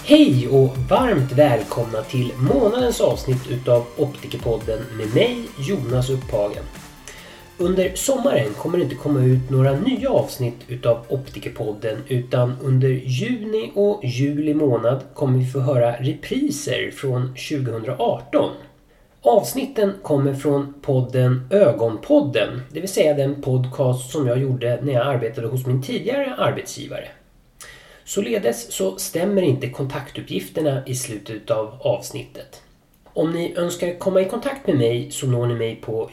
Hej och varmt välkomna till månadens avsnitt utav Optikerpodden med mig, Jonas Upphagen. Under sommaren kommer det inte komma ut några nya avsnitt utav Optikerpodden, utan under juni och juli månad kommer vi få höra repriser från 2018. Avsnitten kommer från podden Ögonpodden, det vill säga den podcast som jag gjorde när jag arbetade hos min tidigare arbetsgivare. Således så stämmer inte kontaktuppgifterna i slutet av avsnittet. Om ni önskar komma i kontakt med mig så når ni mig på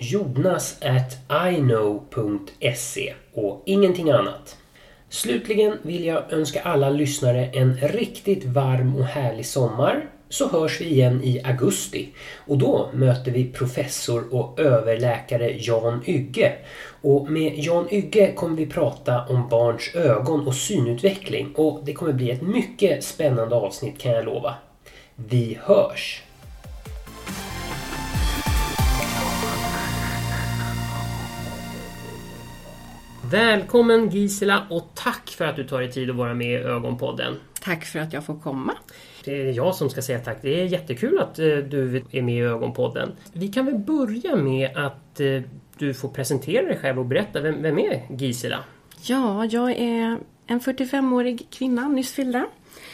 jonas@iknow.se och ingenting annat. Slutligen vill jag önska alla lyssnare en riktigt varm och härlig sommar, så hörs vi igen i augusti. Och då möter vi professor och överläkare Jan Ygge. Och med Jan Ygge kommer vi prata om barns ögon och synutveckling. Och det kommer bli ett mycket spännande avsnitt, kan jag lova. Vi hörs! Välkommen Gisela och tack för att du tar dig tid att vara med i Ögonpodden. Tack för att jag får komma. Det är jag som ska säga tack. Det är jättekul att du är med i Ögonpodden. Vi kan väl börja med att du får presentera dig själv och berätta. Vem är Gisela? Ja, jag är en 45-årig kvinna, nyss fyllda.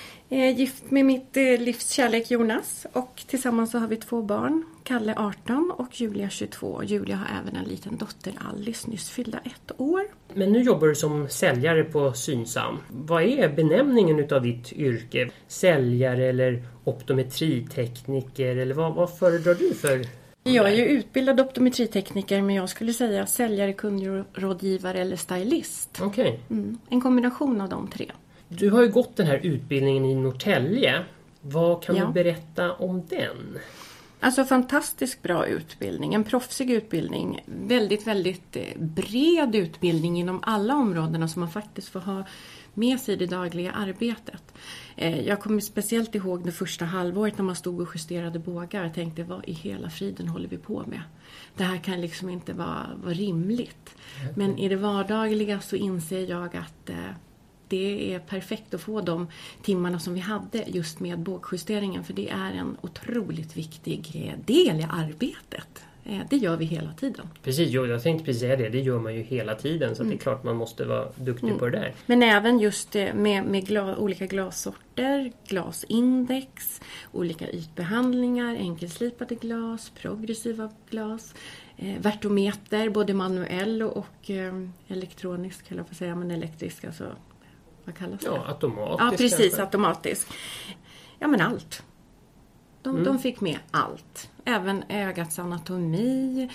Gift med mitt livskärlek Jonas. Och tillsammans så har vi 2 barn. Kalle 18 och Julia 22. Julia har även en liten dotter, Alice, nyss fyllda 1 år. Men nu jobbar du som säljare på Synsam. Vad är benämningen utav ditt yrke? Säljare eller optometritekniker? Eller vad föredrar du för? Jag är ju utbildad optometritekniker, men jag skulle säga säljare, kundrådgivare eller stylist. Okej. En kombination av de 3. Du har ju gått den här utbildningen i Norrtälje. Vad kan du berätta om den? Alltså fantastiskt bra utbildning, en proffsig utbildning, väldigt, väldigt bred utbildning inom alla områdena som man faktiskt får ha med sig i det dagliga arbetet. Jag kommer speciellt ihåg det första halvåret när man stod och justerade bågar och tänkte, vad i hela friden håller vi på med? Det här kan liksom inte vara rimligt. Men i det vardagliga så inser jag att det är perfekt att få de timmarna som vi hade just med bågjusteringen. För det är en otroligt viktig del i arbetet. Det gör vi hela tiden. Precis, jag tänkte precis säga det. Det gör man ju hela tiden. Så det är klart man måste vara duktig på det där. Men även just med olika glassorter, glasindex, olika ytbehandlingar, enkelslipade glas, progressiva glas, vertometer, både manuell och elektronisk, eller jag får säga, men elektrisk, alltså. Vad kallas det? Ja, automatisk. Ja, precis, kanske. automatisk. Ja, men allt. De fick med allt. Även ögats anatomi,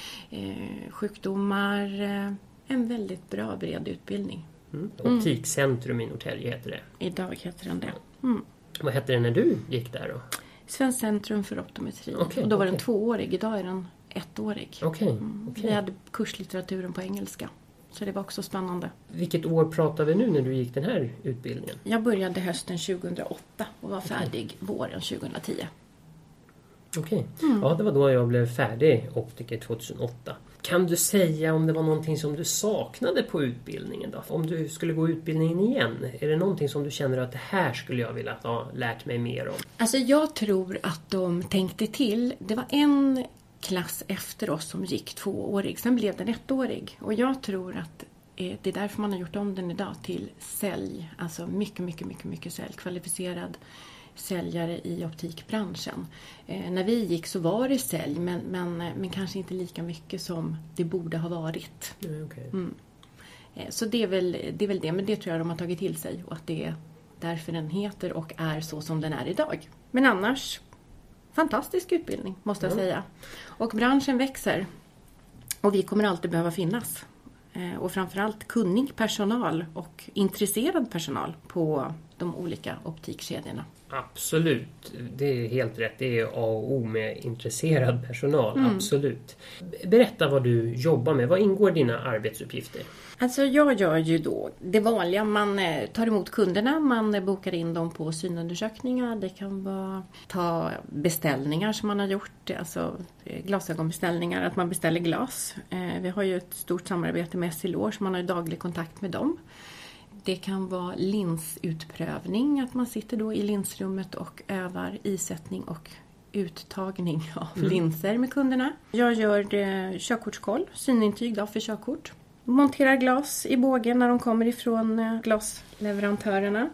sjukdomar. En väldigt bra bred utbildning. Optikcentrum i Norrtälje heter det. Idag heter den det. Vad hette det när du gick där då? Svenskt centrum för optometri. Okay, och då var den 2-årig. Idag är den 1-årig. Okay. Vi hade kurslitteraturen på engelska. Så det var också spännande. Vilket år pratar vi nu när du gick den här utbildningen? Jag började hösten 2008 och var färdig våren 2010. Okej. Ja, det var då jag blev färdig optiker 2008. Kan du säga om det var någonting som du saknade på utbildningen då? Om du skulle gå utbildningen igen, är det någonting som du känner att det här skulle jag vilja ha lärt mig mer om? Alltså jag tror att de tänkte till. Det var en klass efter oss som gick 2-årig. Sen blev den 1-årig. Och jag tror att det är därför man har gjort om den idag till sälj. Alltså mycket sälj. Kvalificerad säljare i optikbranschen. När vi gick så var det sälj. Men kanske inte lika mycket som det borde ha varit. Okay. Så det är väl det. Men det tror jag de har tagit till sig. Och att det är därför den heter och är så som den är idag. Men annars, fantastisk utbildning måste jag säga. Och branschen växer. Och vi kommer alltid behöva finnas. Och framförallt kunnig personal och intresserad personal på de olika optikkedjorna. Absolut, det är helt rätt. Det är A och O med intresserad personal, absolut. Berätta vad du jobbar med. Vad ingår i dina arbetsuppgifter? Alltså jag gör ju då det vanliga. Man tar emot kunderna, man bokar in dem på synundersökningar. Det kan vara ta beställningar som man har gjort, alltså glasögonbeställningar, att man beställer glas. Vi har ju ett stort samarbete med Essilor så man har ju daglig kontakt med dem. Det kan vara linsutprövning, att man sitter då i linsrummet och övar isättning och uttagning av linser med kunderna. Jag gör körkortskoll, synintyg då för körkort. Monterar glas i bågen när de kommer ifrån glasleverantörerna.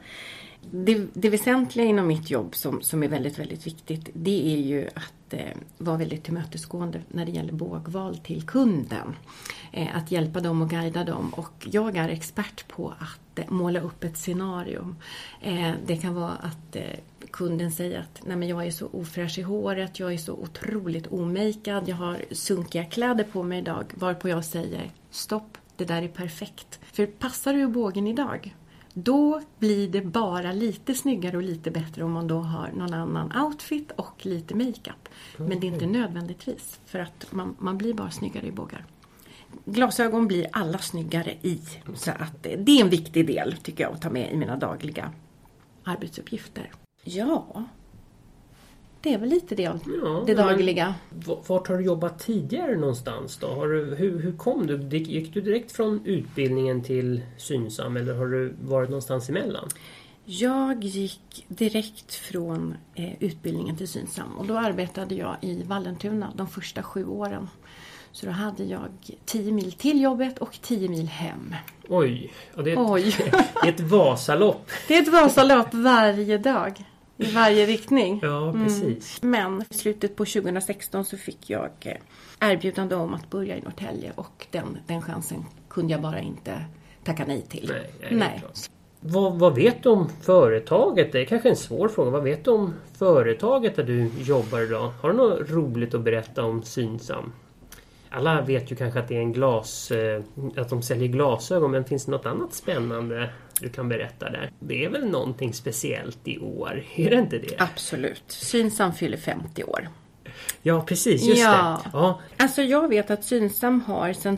Det väsentliga inom mitt jobb som är väldigt, väldigt viktigt, det är ju att vara väldigt tillmötesgående när det gäller bågval till kunden. Att hjälpa dem och guida dem. Och jag är expert på att måla upp ett scenario. Det kan vara att kunden säger att nej, men jag är så ofräsch i håret, jag är så otroligt omakead, jag har sunkiga kläder på mig idag. Varpå jag säger, stopp, det där är perfekt. För passar du bågen idag? Då blir det bara lite snyggare och lite bättre om man då har någon annan outfit och lite makeup. Men det är inte nödvändigtvis, för att man blir bara snyggare i bågar. Glasögon blir alla snyggare i. Så att det är en viktig del tycker jag att ta med i mina dagliga arbetsuppgifter. Ja, det är väl lite det dagliga. Vart har du jobbat tidigare någonstans då? Hur kom du? Gick du direkt från utbildningen till Synsam eller har du varit någonstans emellan? Jag gick direkt från utbildningen till Synsam och då arbetade jag i Vallentuna de första 7 åren. Så då hade jag 10 mil till jobbet och 10 mil hem. Oj, och det är ett Vasalopp. Det är ett Vasalopp varje dag. I varje riktning. Ja, precis. Men i slutet på 2016 så fick jag erbjudande om att börja i Norrtälje. Och den chansen kunde jag bara inte tacka nej till. Nej. Vad vet du om företaget? Det är kanske en svår fråga. Vad vet du om företaget där du jobbar idag? Har du något roligt att berätta om Synsam? Alla vet ju kanske att det är att de säljer glasögon, men finns det något annat spännande du kan berätta där? Det är väl någonting speciellt i år, är det inte det? Absolut. Synsam fyller 50 år. Ja, precis, just det. Ja. Alltså jag vet att Synsam har sedan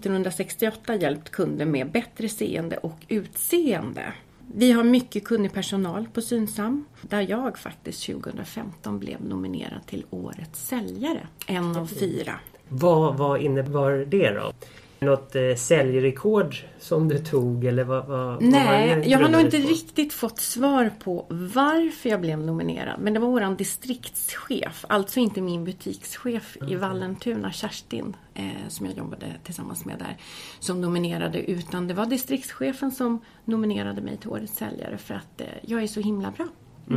1968 hjälpt kunder med bättre seende och utseende. Vi har mycket kunnig personal på Synsam, där jag faktiskt 2015 blev nominerad till årets säljare, en av 4. Vad innebar det då? Något säljrekord som du tog? Eller vad Nej, jag har nog inte riktigt fått svar på varför jag blev nominerad. Men det var våran distriktschef, alltså inte min butikschef i Vallentuna, Kerstin, som jag jobbade tillsammans med där, som nominerade. Utan det var distriktschefen som nominerade mig till årets säljare för att jag är så himla bra.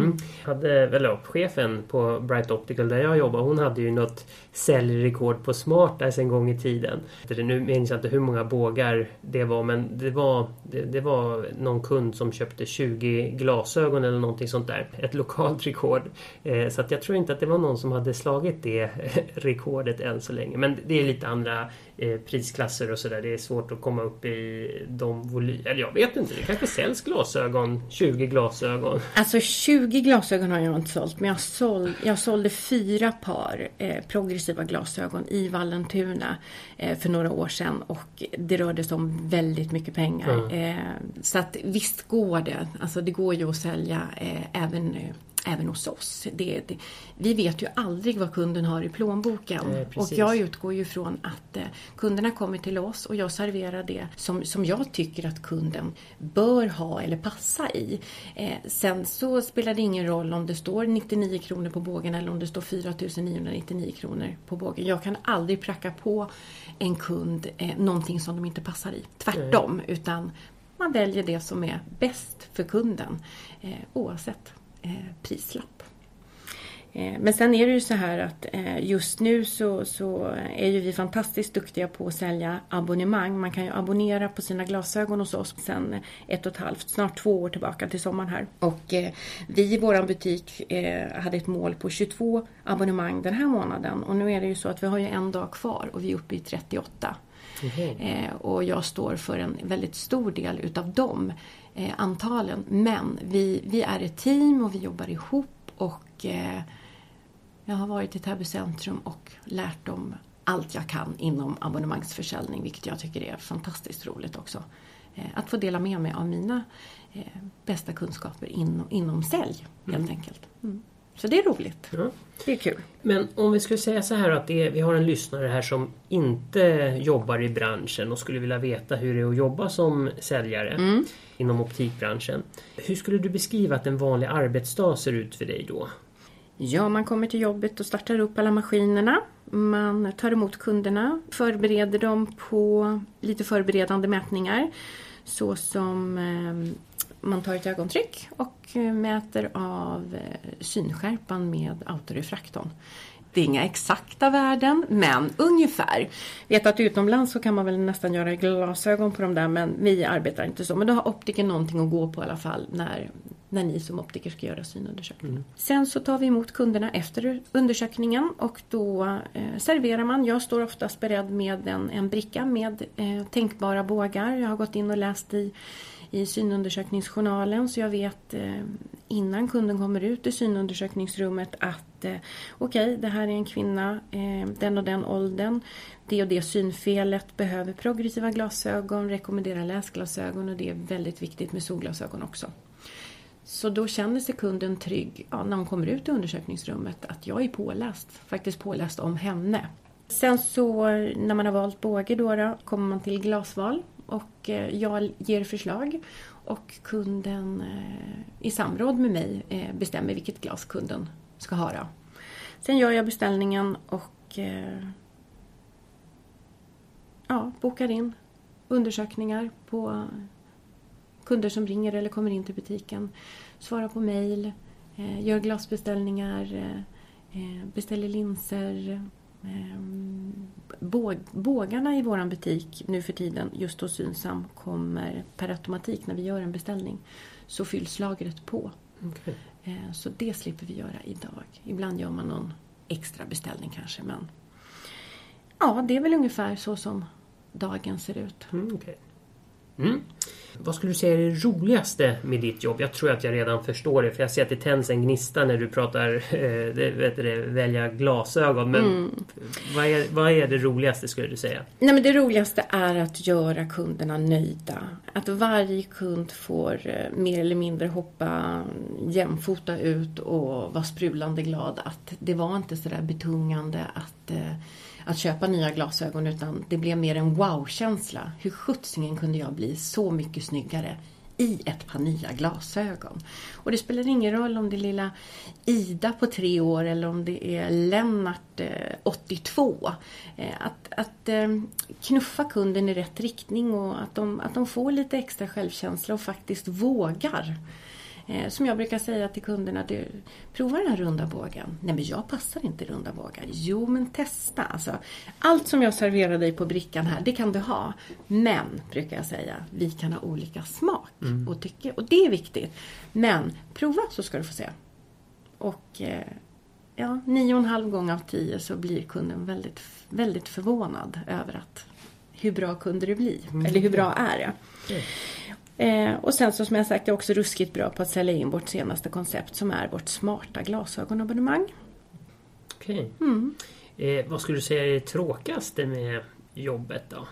Chefen på Bright Optical där jag jobbar, hon hade ju något säljrekord på Smarteyes en gång i tiden. Nu minns jag inte hur många bågar det var, men det var någon kund som köpte 20 glasögon eller någonting sånt där. Ett lokalt rekord. Så att jag tror inte att det var någon som hade slagit det rekordet än så länge. Men det är lite andra prisklasser och sådär. Det är svårt att komma upp i de volymer. Eller jag vet inte, det kanske säljs glasögon, 20 glasögon. Alltså 20 glasögon har jag inte sålt, men jag sålde 4 par progressiva glasögon i Vallentuna för några år sedan och det rörde sig om väldigt mycket pengar. Så att visst går det. Alltså det går ju att sälja även hos oss. Vi vet ju aldrig vad kunden har i plånboken. Och jag utgår ju från att kunderna kommer till oss och jag serverar det som jag tycker att kunden bör ha eller passa i. Sen så spelar det ingen roll om det står 99 kronor på bågen eller om det står 4 999 kronor på bågen. Jag kan aldrig pracka på en kund någonting som de inte passar i. Tvärtom, utan man väljer det som är bäst för kunden oavsett prislapp. Men sen är det ju så här att just nu så är ju vi fantastiskt duktiga på att sälja abonnemang. Man kan ju abonnera på sina glasögon hos oss sen 1,5, snart 2 år tillbaka till sommaren här. Och vi i våran butik hade ett mål på 22 abonnemang den här månaden. Och nu är det ju så att vi har ju en dag kvar och vi är uppe i 38. Och jag står för en väldigt stor del utav dem antalen. Men vi är ett team och vi jobbar ihop och jag har varit i Täby centrum och lärt dem allt jag kan inom abonnemangsförsäljning, vilket jag tycker är fantastiskt roligt också. Att få dela med mig av mina bästa kunskaper inom sälj helt enkelt. Så det är roligt. Ja. Det är kul. Men om vi skulle säga så här att vi har en lyssnare här som inte jobbar i branschen och skulle vilja veta hur det är att jobba som säljare inom optikbranschen. Hur skulle du beskriva att en vanlig arbetsdag ser ut för dig då? Ja, man kommer till jobbet och startar upp alla maskinerna. Man tar emot kunderna, förbereder dem på lite förberedande mätningar. Så som man tar ett ögontryck och mäter av synskärpan med autorefraktorn. Det är inga exakta värden, men ungefär. Vet att utomlands så kan man väl nästan göra glasögon på dem där, men vi arbetar inte så. Men då har optiker någonting att gå på i alla fall när ni som optiker ska göra synundersökningen. Sen så tar vi emot kunderna efter undersökningen och då serverar man. Jag står oftast beredd med en bricka med tänkbara bågar. Jag har gått in och läst i synundersökningsjournalen så jag vet innan kunden kommer ut i synundersökningsrummet att okej, det här är en kvinna, den och den åldern, det och det synfelet, behöver progressiva glasögon, rekommenderar läsglasögon och det är väldigt viktigt med solglasögon också. Så då känner sig kunden trygg när hon kommer ut i undersökningsrummet att jag är faktiskt påläst om henne. Sen så när man har valt båge då kommer man till glasval och jag ger förslag och kunden i samråd med mig bestämmer vilket glas kunden ska ha då. Sen gör jag beställningen och bokar in undersökningar på kunder som ringer eller kommer in till butiken. Svarar på mejl, gör glasbeställningar, beställer linser. Bågarna i våran butik nu för tiden just hos Synsam kommer per automatik när vi gör en beställning. Så fylls lagret på. Okay. Så det slipper vi göra idag. Ibland gör man någon extra beställning kanske. Men ja, det är väl ungefär så som dagen ser ut. Okay. Vad skulle du säga är det roligaste med ditt jobb? Jag tror att jag redan förstår det. För jag ser att det tänds en gnista när du pratar välja glasögon. Men vad är det roligaste skulle du säga? Nej, men det roligaste är att göra kunderna nöjda. Att varje kund får mer eller mindre hoppa jämfota ut och vara sprudlande glad. Att det var inte så där betungande att köpa nya glasögon utan det blev mer en wow-känsla. Hur sjuttsingen kunde jag bli så mycket snyggare i ett par nya glasögon? Och det spelar ingen roll om det är lilla Ida på 3 år eller om det är Lennart 82. Att knuffa kunden i rätt riktning och att de får lite extra självkänsla och faktiskt vågar. Som jag brukar säga till kunderna, prova den här runda bågen. Nej, men jag passar inte runda bågar. Jo, men testa. Alltså, allt som jag serverar dig på brickan här, det kan du ha. Men, brukar jag säga, vi kan ha olika smak och tycke. Och det är viktigt. Men, prova så ska du få se. Och 9,5 gånger av 10 så blir kunden väldigt, väldigt förvånad över hur bra kunde det bli. Eller hur bra är det? Och sen så som jag sagt är jag också ruskigt bra på att sälja in vårt senaste koncept som är vårt smarta glasögonabonnemang. Okej. Vad skulle du säga är det tråkigaste med jobbet då?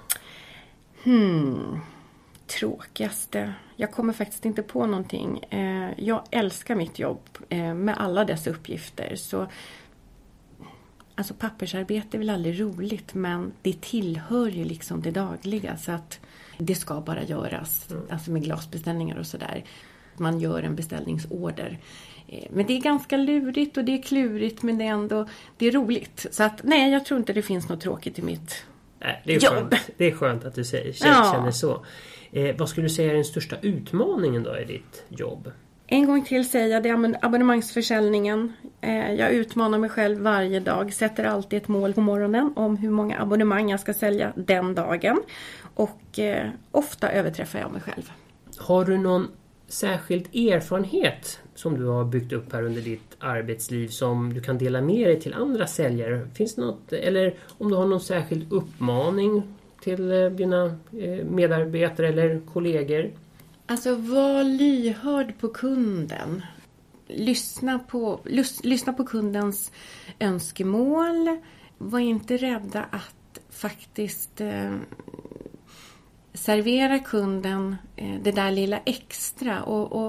Tråkigaste? Jag kommer faktiskt inte på någonting. Jag älskar mitt jobb med alla dessa uppgifter. Så, alltså pappersarbete är väl aldrig roligt men det tillhör ju liksom det dagliga så att det ska bara göras, alltså med glasbeställningar och sådär. Man gör en beställningsorder. Men det är ganska lurigt och det är klurigt men det är roligt. Så att nej, jag tror inte det finns något tråkigt i mitt jobb. Det är skönt att du känner så. Vad skulle du säga är den största utmaningen då i ditt jobb? En gång till säger jag det är abonnemangsförsäljningen. Jag utmanar mig själv varje dag. Sätter alltid ett mål på morgonen om hur många abonnemang jag ska sälja den dagen. Och ofta överträffar jag mig själv. Har du någon särskild erfarenhet som du har byggt upp här under ditt arbetsliv som du kan dela med dig till andra säljare? Finns det något, eller om du har någon särskild uppmaning till dina medarbetare eller kollegor? Alltså var lyhörd på kunden. Lyssna på kundens önskemål. Var inte rädda att faktiskt servera kunden det där lilla extra och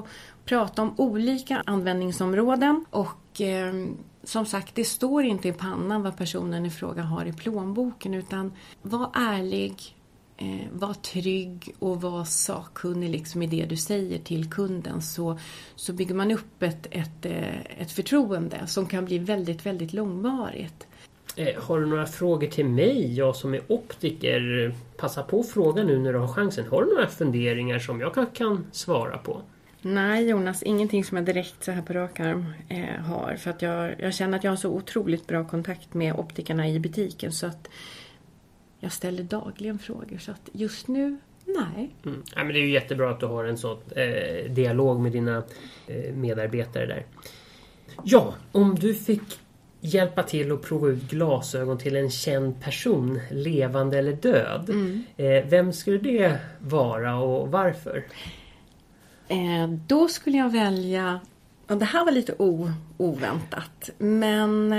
prata om olika användningsområden och som sagt, det står inte i pannan vad personen i fråga har i plånboken, utan var ärlig, var trygg och var sakkunnig liksom i det du säger till kunden, så bygger man upp ett förtroende som kan bli väldigt, väldigt långvarigt. Har du några frågor till mig, jag som är optiker? Passa på fråga nu när du har chansen. Har du några funderingar som jag kan svara på? Nej Jonas, ingenting som jag direkt så här på rak arm har. För att jag känner att jag har så otroligt bra kontakt med optikerna i butiken, så att jag ställer dagligen frågor. Så att just nu, nej. Ja, men det är ju jättebra att du har en sån dialog med dina medarbetare där. Ja, om du fick hjälpa till att prova ut glasögon till en känd person, levande eller död. Vem skulle det vara och varför? Då skulle jag välja, och det här var lite oväntat, men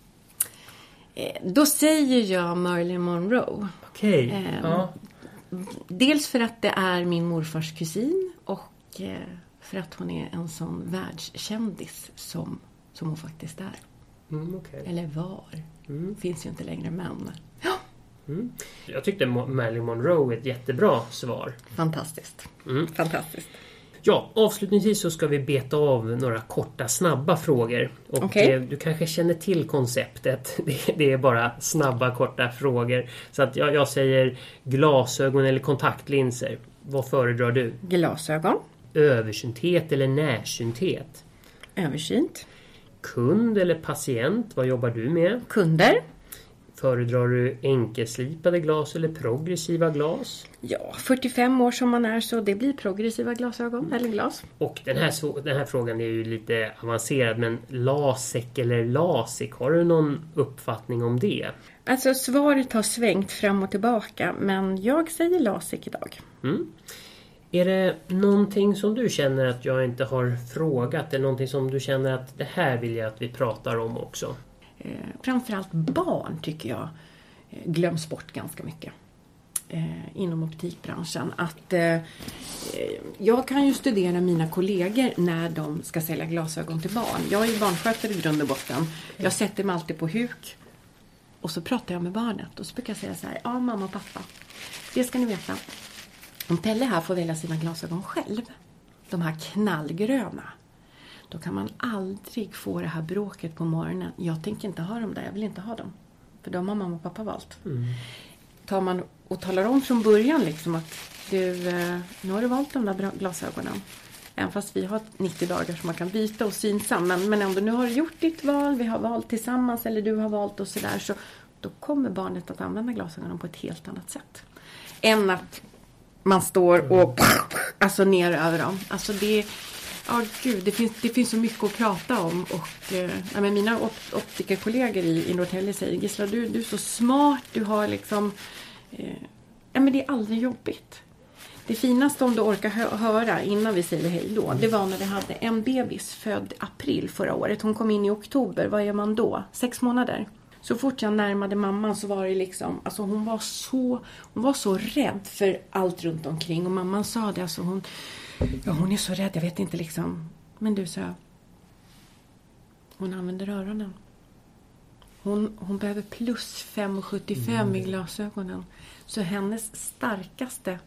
då säger jag Marilyn Monroe. Okej. Ja. Dels för att det är min morfars kusin och för att hon är en sån världskändis som hon faktiskt är. Okay. Eller var. Finns ju inte längre, men Jag tyckte Marilyn Monroe är ett jättebra svar. Fantastiskt. Fantastiskt. Ja, avslutningsvis så ska vi beta av några korta, snabba frågor. Och du kanske känner till konceptet. Det är bara snabba, korta frågor. Så att jag säger glasögon eller kontaktlinser. Vad föredrar du? Glasögon. Översynthet eller närsynthet? Översynt. Kund eller patient? Vad jobbar du med? Kunder. Föredrar du enkelslipade glas eller progressiva glas? Ja, 45 år som man är, så det blir progressiva glasögon eller glas. Och den här frågan är ju lite avancerad, men LASIK eller LASIK, har du någon uppfattning om det? Alltså svaret har svängt fram och tillbaka, men jag säger LASIK idag. Är det någonting som du känner att jag inte har frågat, eller någonting som du känner att det här vill jag att vi pratar om också? Framförallt barn tycker jag glöms bort ganska mycket inom optikbranschen. Att jag kan ju studera mina kollegor när de ska sälja glasögon till barn. Jag är barnskötare i grund och botten. Jag sätter mig alltid på huk och så pratar jag med barnet och så brukar jag säga så här: ja, mamma och pappa, det ska ni veta. Om Pelle här får välja sina glasögon själv, de här knallgröna, då kan man aldrig få det här bråket på morgonen. Jag tänker inte ha dem där, jag vill inte ha dem. För de har mamma och pappa valt. Tar man och talar om från början liksom att du, nu har du valt de där glasögonen. Även fast vi har 90 dagar som man kan byta och synsam. Men ändå, nu har du gjort ditt val, vi har valt tillsammans eller du har valt och sådär. Så då kommer barnet att använda glasögonen på ett helt annat sätt. Än att man står och alltså ner över dem. Alltså det, ja gud, det finns så mycket att prata om. Och men mina optikerkollegor i Norrtälje säger: Gisla, du är så smart, du har liksom men det är aldrig jobbigt. Det finaste, om du orkar höra innan vi säger hej då, det var när vi hade en bebis född april förra året. Hon kom in i oktober, vad gör man då? 6 månader. Så fort jag närmade mamman så var det liksom, alltså hon var så rädd för allt runt omkring. Och mamman sa det, alltså hon är så rädd, jag vet inte liksom. Men du, sa, hon använder öronen. Hon behöver plus 5,75 i glasögonen. Så hennes starkaste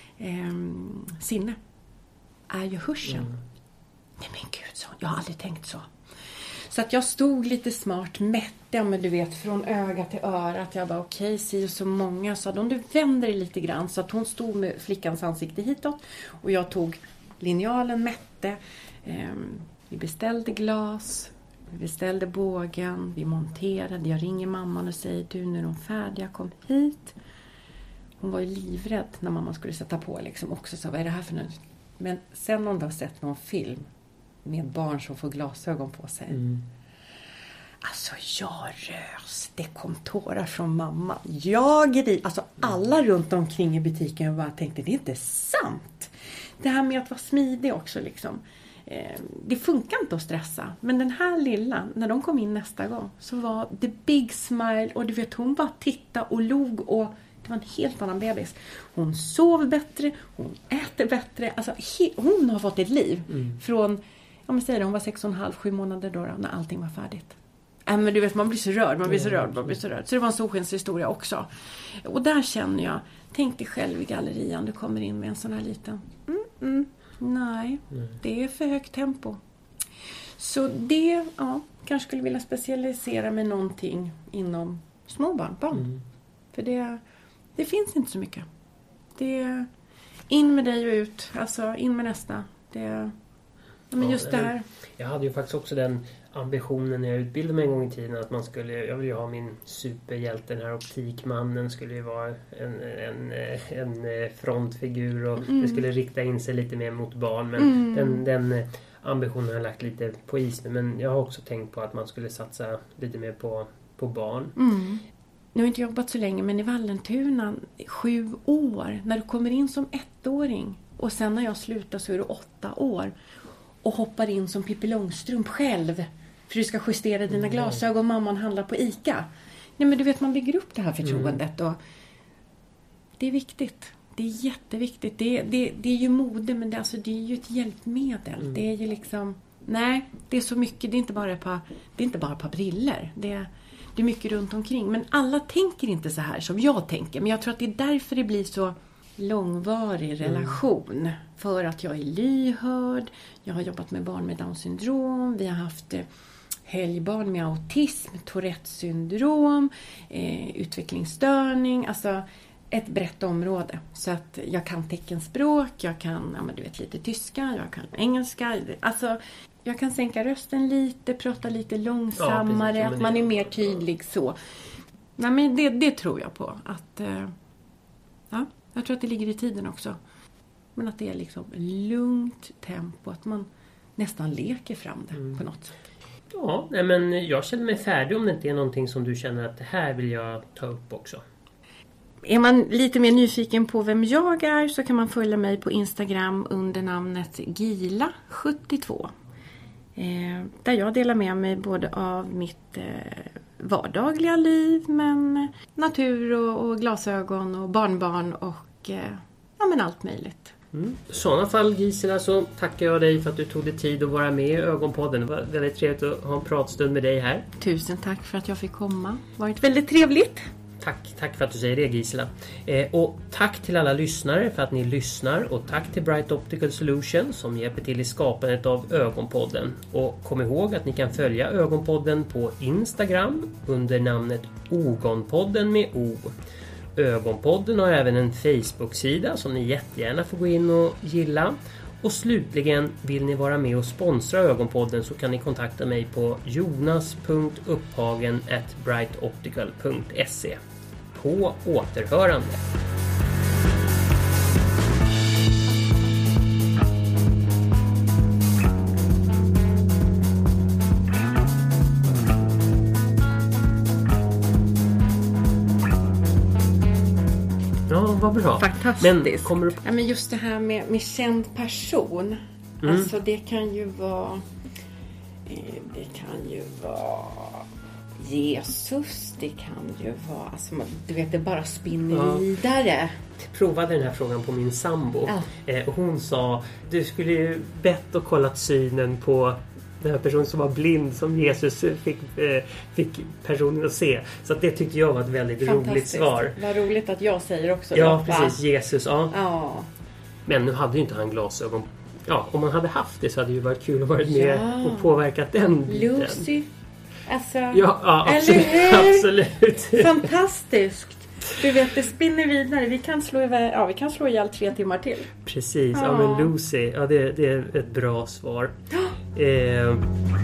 sinne är ju hörseln. Nej men gud, så jag har aldrig tänkt så. Så att jag stod lite smart, mätte, men du vet, från öga till öra. Att jag bara okej, si och så många. Så om du vänder dig lite grann. Så att hon stod med flickans ansikte hitåt. Och jag tog linjalen, mätte. Vi beställde glas. Vi beställde bågen. Vi monterade. Jag ringer mamman och säger: du, nu är de färdiga, kom hit. Hon var ju livrädd när mamma skulle sätta på liksom också. Så vad är det här för något? Men sen om du har sett någon film med barn som får glasögon på sig. Alltså jag rös. Det kom tårar från mamma. Alltså alla runt omkring i butiken bara tänkte: det är inte sant. Det här med att vara smidig också liksom. Det funkar inte att stressa. Men den här lilla, när de kom in nästa gång, så var the big smile. Och du vet, hon bara tittade och log och Det var en helt annan bebis. Hon sov bättre, hon äter bättre. Alltså, hon har fått ett liv. Från, hon var 6,5-7 månader då när allting var färdigt. Men du vet, man blir så rörd. Så det var en solskenshistoria också. Och där känner jag, tänk dig själv i gallerian, du kommer in med en sån här liten. Nej, det är för högt tempo. Så det, kanske skulle vilja specialisera mig någonting inom småbarn. För det finns inte så mycket. Det in med dig och ut, alltså in med nästa. Men just det här. Jag hade ju faktiskt också den ambitionen när jag utbildade mig en gång i tiden att jag vill ju ha min superhjälte, den här optikmannen skulle ju vara en frontfigur och det skulle rikta in sig lite mer mot barn, men den ambitionen har jag lagt lite på is nu, men jag har också tänkt på att man skulle satsa lite mer på barn. Nu har jag inte jobbat så länge, men i Vallentuna 7 år, när du kommer in som 1-åring och sen när jag slutar så är du 8 år och hoppar in som Pippi Långstrump själv för du ska justera dina glasögon och mamman handlar på ICA. Nej, men du vet, man bygger upp det här förtroendet och det är viktigt. Det är jätteviktigt. Det är ju mode, men det är ju ett hjälpmedel. Det är ju liksom, det är så mycket, det är inte bara ett par briller. Det är mycket runt omkring. Men alla tänker inte så här som jag tänker. Men jag tror att det är därför det blir så långvarig relation. För att jag är lyhörd. Jag har jobbat med barn med Downs syndrom. Vi har haft helgbarn med autism, Tourettes syndrom, utvecklingsstörning. Alltså ett brett område. Så att jag kan teckenspråk, jag kan lite tyska, jag kan engelska. Alltså jag kan sänka rösten lite, prata lite långsammare, att man är mer tydlig så. Nej, men det tror jag på. Att, jag tror att det ligger i tiden också. Men att det är liksom lugnt tempo, att man nästan leker fram det på något sätt. Ja, men jag känner mig färdig om det inte är någonting som du känner att det här vill jag ta upp också. Är man lite mer nyfiken på vem jag är så kan man följa mig på Instagram under namnet Gila72. Där jag delar med mig både av mitt vardagliga liv, men natur och glasögon och barnbarn och men allt möjligt. I sådana fall, Gisela, så tackar jag dig för att du tog dig tid att vara med i Ögonpodden. Det var väldigt trevligt att ha en pratstund med dig här. Tusen tack för att jag fick komma. Det har varit väldigt trevligt. Tack för att du säger det, Gisela. Och tack till alla lyssnare för att ni lyssnar. Och tack till Bright Optical Solution som hjälper till i skapandet av Ögonpodden. Och kom ihåg att ni kan följa Ögonpodden på Instagram under namnet Ogonpodden med O. Ögonpodden har även en Facebook-sida som ni jättegärna får gå in och gilla. Och slutligen, vill ni vara med och sponsra Ögonpodden så kan ni kontakta mig på jonas.upphagen@brightoptical.se. På återhörande! Ja, vad bra. Fantastiskt. Men just det här med känd person. Alltså det kan ju vara Jesus, det kan ju vara, alltså, du vet, det bara spinner vidare. Jag provade den här frågan på min sambo. Och hon sa, du skulle ju bett och kollat synen på den här personen som var blind som Jesus fick personen att se. Så att det tyckte jag var ett väldigt roligt svar. Vad roligt att jag säger också. Ja, precis. Jesus, ja. Men nu hade ju inte han glasögon. Ja, om man hade haft det så hade det ju varit kul att vara med och påverkat den biten. Lucy. Alltså, ja, absolut. Fantastiskt. Du vet, det spinner vidare. Vi kan slå ihjäl 3 timmar till. Precis, men Lucy, det är ett bra svar.